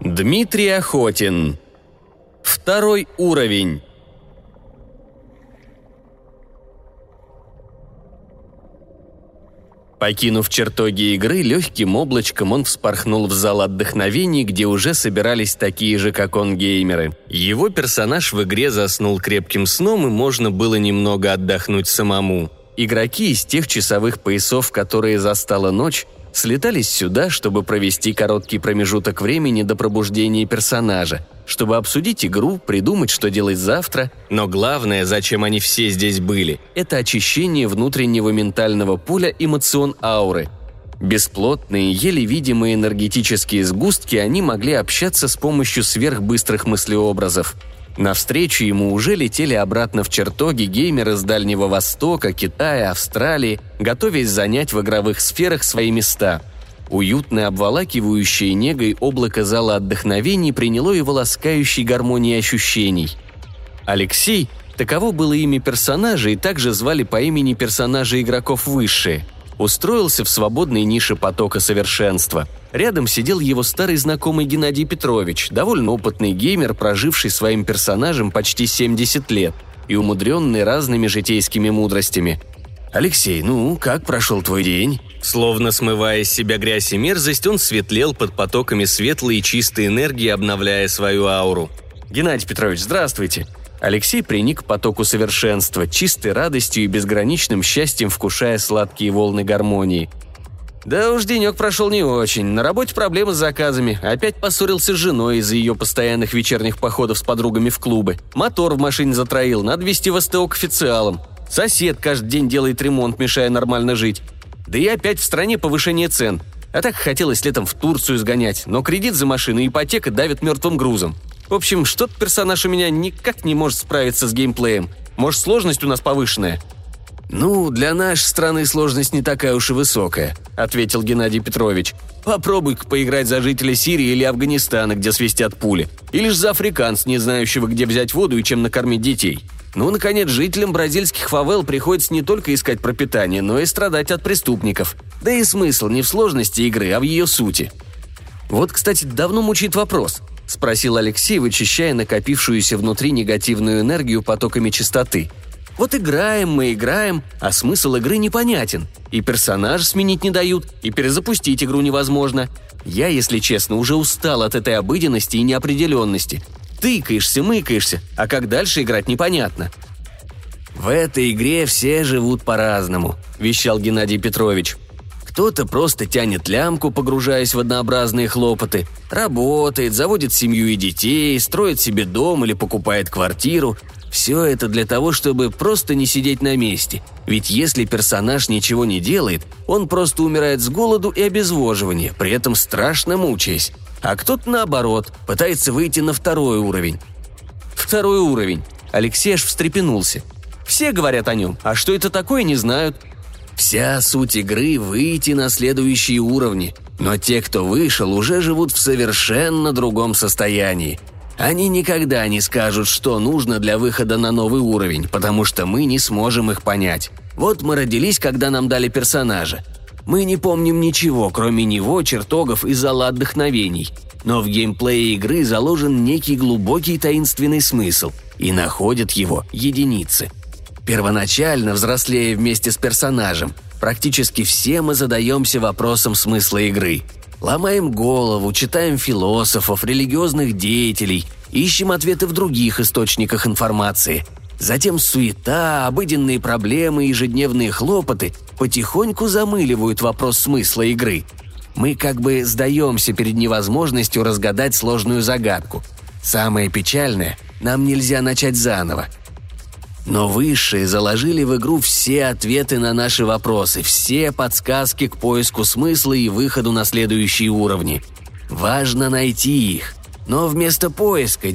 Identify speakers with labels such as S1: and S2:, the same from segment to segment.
S1: Дмитрий Охотин. Второй уровень. Покинув чертоги игры, легким облачком он вспорхнул в зал отдохновений, где уже собирались такие же, как он, геймеры. Его персонаж в игре заснул крепким сном, и можно было немного отдохнуть самому. Игроки из тех часовых поясов, которые застала ночь, слетались сюда, чтобы провести короткий промежуток времени до пробуждения персонажа, чтобы обсудить игру, придумать, что делать завтра. Но главное, зачем они все здесь были, это очищение внутреннего ментального поля эмоцион-ауры. Бесплотные, еле видимые энергетические сгустки, они могли общаться с помощью сверхбыстрых мыслеобразов. Навстречу ему уже летели обратно в чертоги геймеры с Дальнего Востока, Китая, Австралии, готовясь занять в игровых сферах свои места. Уютное, обволакивающее негой облако зала отдохновений приняло его ласкающей гармонией ощущений. Алексей – таково было имя персонажа, и также звали по имени персонажа игроков высшие – устроился в свободной нише потока совершенства. Рядом сидел его старый знакомый Геннадий Петрович, довольно опытный геймер, проживший своим персонажем почти 70 лет и умудренный разными житейскими мудростями. «Алексей, ну, как прошел твой день?» Словно смывая с себя грязь и мерзость, он светлел под потоками светлой и чистой энергии, обновляя свою ауру. «Геннадий Петрович, здравствуйте!» Алексей приник к потоку совершенства, чистой радостью и безграничным счастьем вкушая сладкие волны гармонии. «Да уж денек прошел не очень. На работе проблемы с заказами. Опять поссорился с женой из-за ее постоянных вечерних походов с подругами в клубы. Мотор в машине затроил, надо везти в СТО к официалам. Сосед каждый день делает ремонт, мешая нормально жить. Да и опять в стране повышение цен. А так хотелось летом в Турцию сгонять, но кредит за машину и ипотека давят мертвым грузом. В общем, что-то персонаж у меня никак не может справиться с геймплеем. Может, сложность у нас повышенная?» «Ну, для нашей страны сложность не такая уж и высокая», — ответил Геннадий Петрович. «Попробуй-ка поиграть за жителя Сирии или Афганистана, где свистят пули. Или ж за африканца, не знающего, где взять воду и чем накормить детей. Ну, наконец, жителям бразильских фавел приходится не только искать пропитание, но и страдать от преступников. Да и смысл не в сложности игры, а в ее сути». «Вот, кстати, давно мучает вопрос», — спросил Алексей, вычищая накопившуюся внутри негативную энергию потоками чистоты. «Вот играем мы, играем, а смысл игры непонятен. И персонажа сменить не дают, и перезапустить игру невозможно. Я, если честно, уже устал от этой обыденности и неопределенности. Тыкаешься, мыкаешься, а как дальше играть непонятно». «В этой игре все живут по-разному», – вещал Геннадий Петрович. «Кто-то просто тянет лямку, погружаясь в однообразные хлопоты, работает, заводит семью и детей, строит себе дом или покупает квартиру. Все это для того, чтобы просто не сидеть на месте. Ведь если персонаж ничего не делает, он просто умирает с голоду и обезвоживания, при этом страшно мучаясь. А кто-то, наоборот, пытается выйти на второй уровень». «Второй уровень?» Алексей аж встрепенулся. «Все говорят о нем, а что это такое, не знают». «Вся суть игры – выйти на следующие уровни, но те, кто вышел, уже живут в совершенно другом состоянии. Они никогда не скажут, что нужно для выхода на новый уровень, потому что мы не сможем их понять. Вот мы родились, когда нам дали персонажа. Мы не помним ничего, кроме него, чертогов и зала отдохновений. Но в геймплее игры заложен некий глубокий таинственный смысл, и находят его единицы. Первоначально, взрослея вместе с персонажем, практически все мы задаемся вопросом смысла игры. Ломаем голову, читаем философов, религиозных деятелей, ищем ответы в других источниках информации. Затем суета, обыденные проблемы и ежедневные хлопоты потихоньку замыливают вопрос смысла игры. Мы как бы сдаемся перед невозможностью разгадать сложную загадку. Самое печальное – нам нельзя начать заново. Но высшие заложили в игру все ответы на наши вопросы, все подсказки к поиску смысла и выходу на следующие уровни. Важно найти их. Но вместо поиска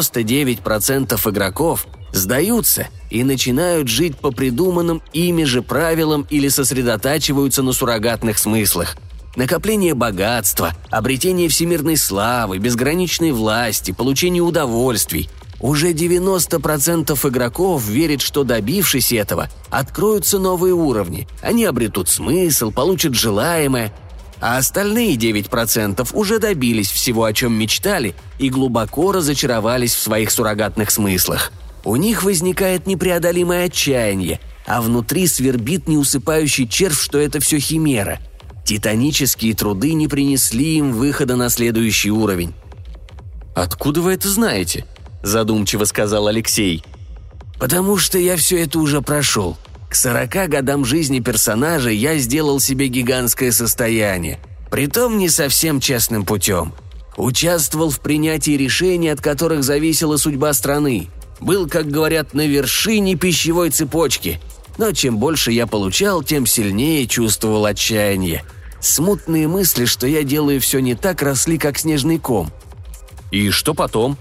S1: 99% игроков сдаются и начинают жить по придуманным ими же правилам или сосредотачиваются на суррогатных смыслах. Накопление богатства, обретение всемирной славы, безграничной власти, получение удовольствий. Уже 90% игроков верят, что, добившись этого, откроются новые уровни. Они обретут смысл, получат желаемое.
S2: а остальные 9% уже добились всего, о чем мечтали, и глубоко разочаровались в своих суррогатных смыслах. У них возникает непреодолимое отчаяние, а внутри свербит неусыпающий червь, что это все химера. Титанические труды не принесли им выхода на следующий уровень.
S1: «Откуда вы это знаете?» – задумчиво сказал Алексей.
S2: «Потому что я все это уже прошел. К 40 годам жизни персонажа я сделал себе гигантское состояние, притом не совсем честным путем. Участвовал в принятии решений, от которых зависела судьба страны. Был, как говорят, на вершине пищевой цепочки. Но чем больше я получал, тем сильнее чувствовал отчаяние. Смутные мысли, что я делаю все не так, росли как снежный ком.
S1: И что потом?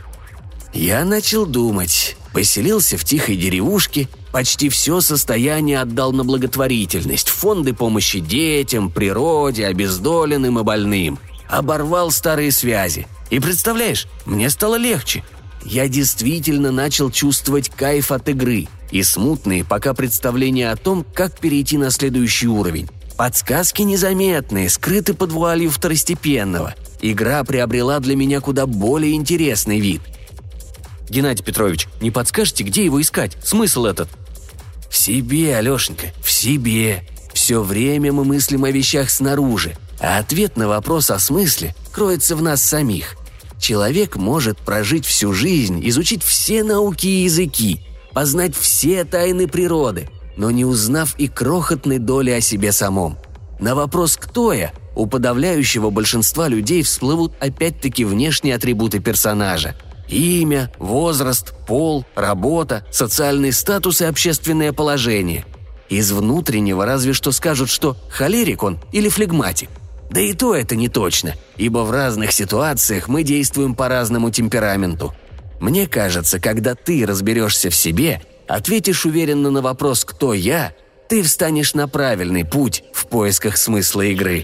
S2: Я начал думать. Поселился в тихой деревушке, почти все состояние отдал на благотворительность, фонды помощи детям, природе, обездоленным и больным. Оборвал старые связи. И представляешь, мне стало легче. Я действительно начал чувствовать кайф от игры и смутные пока представления о том, как перейти на следующий уровень. Подсказки незаметные, скрыты под вуалью второстепенного. Игра приобрела для меня куда более интересный вид.
S1: Геннадий Петрович, не подскажете, где его искать? Смысл этот?
S2: В себе, Алешенька, в себе. Все время мы мыслим о вещах снаружи, а ответ на вопрос о смысле кроется в нас самих. Человек может прожить всю жизнь, изучить все науки и языки, познать все тайны природы, но не узнав и крохотной доли о себе самом. На вопрос «кто я?» у подавляющего большинства людей всплывут опять-таки внешние атрибуты персонажа. Имя, возраст, пол, работа, социальный статус и общественное положение. Из внутреннего разве что скажут, что холерик он или флегматик. Да и то это не точно, ибо в разных ситуациях мы действуем по разному темпераменту. Мне кажется, когда ты разберешься в себе, ответишь уверенно на вопрос «кто я?», ты встанешь на правильный путь в поисках смысла игры.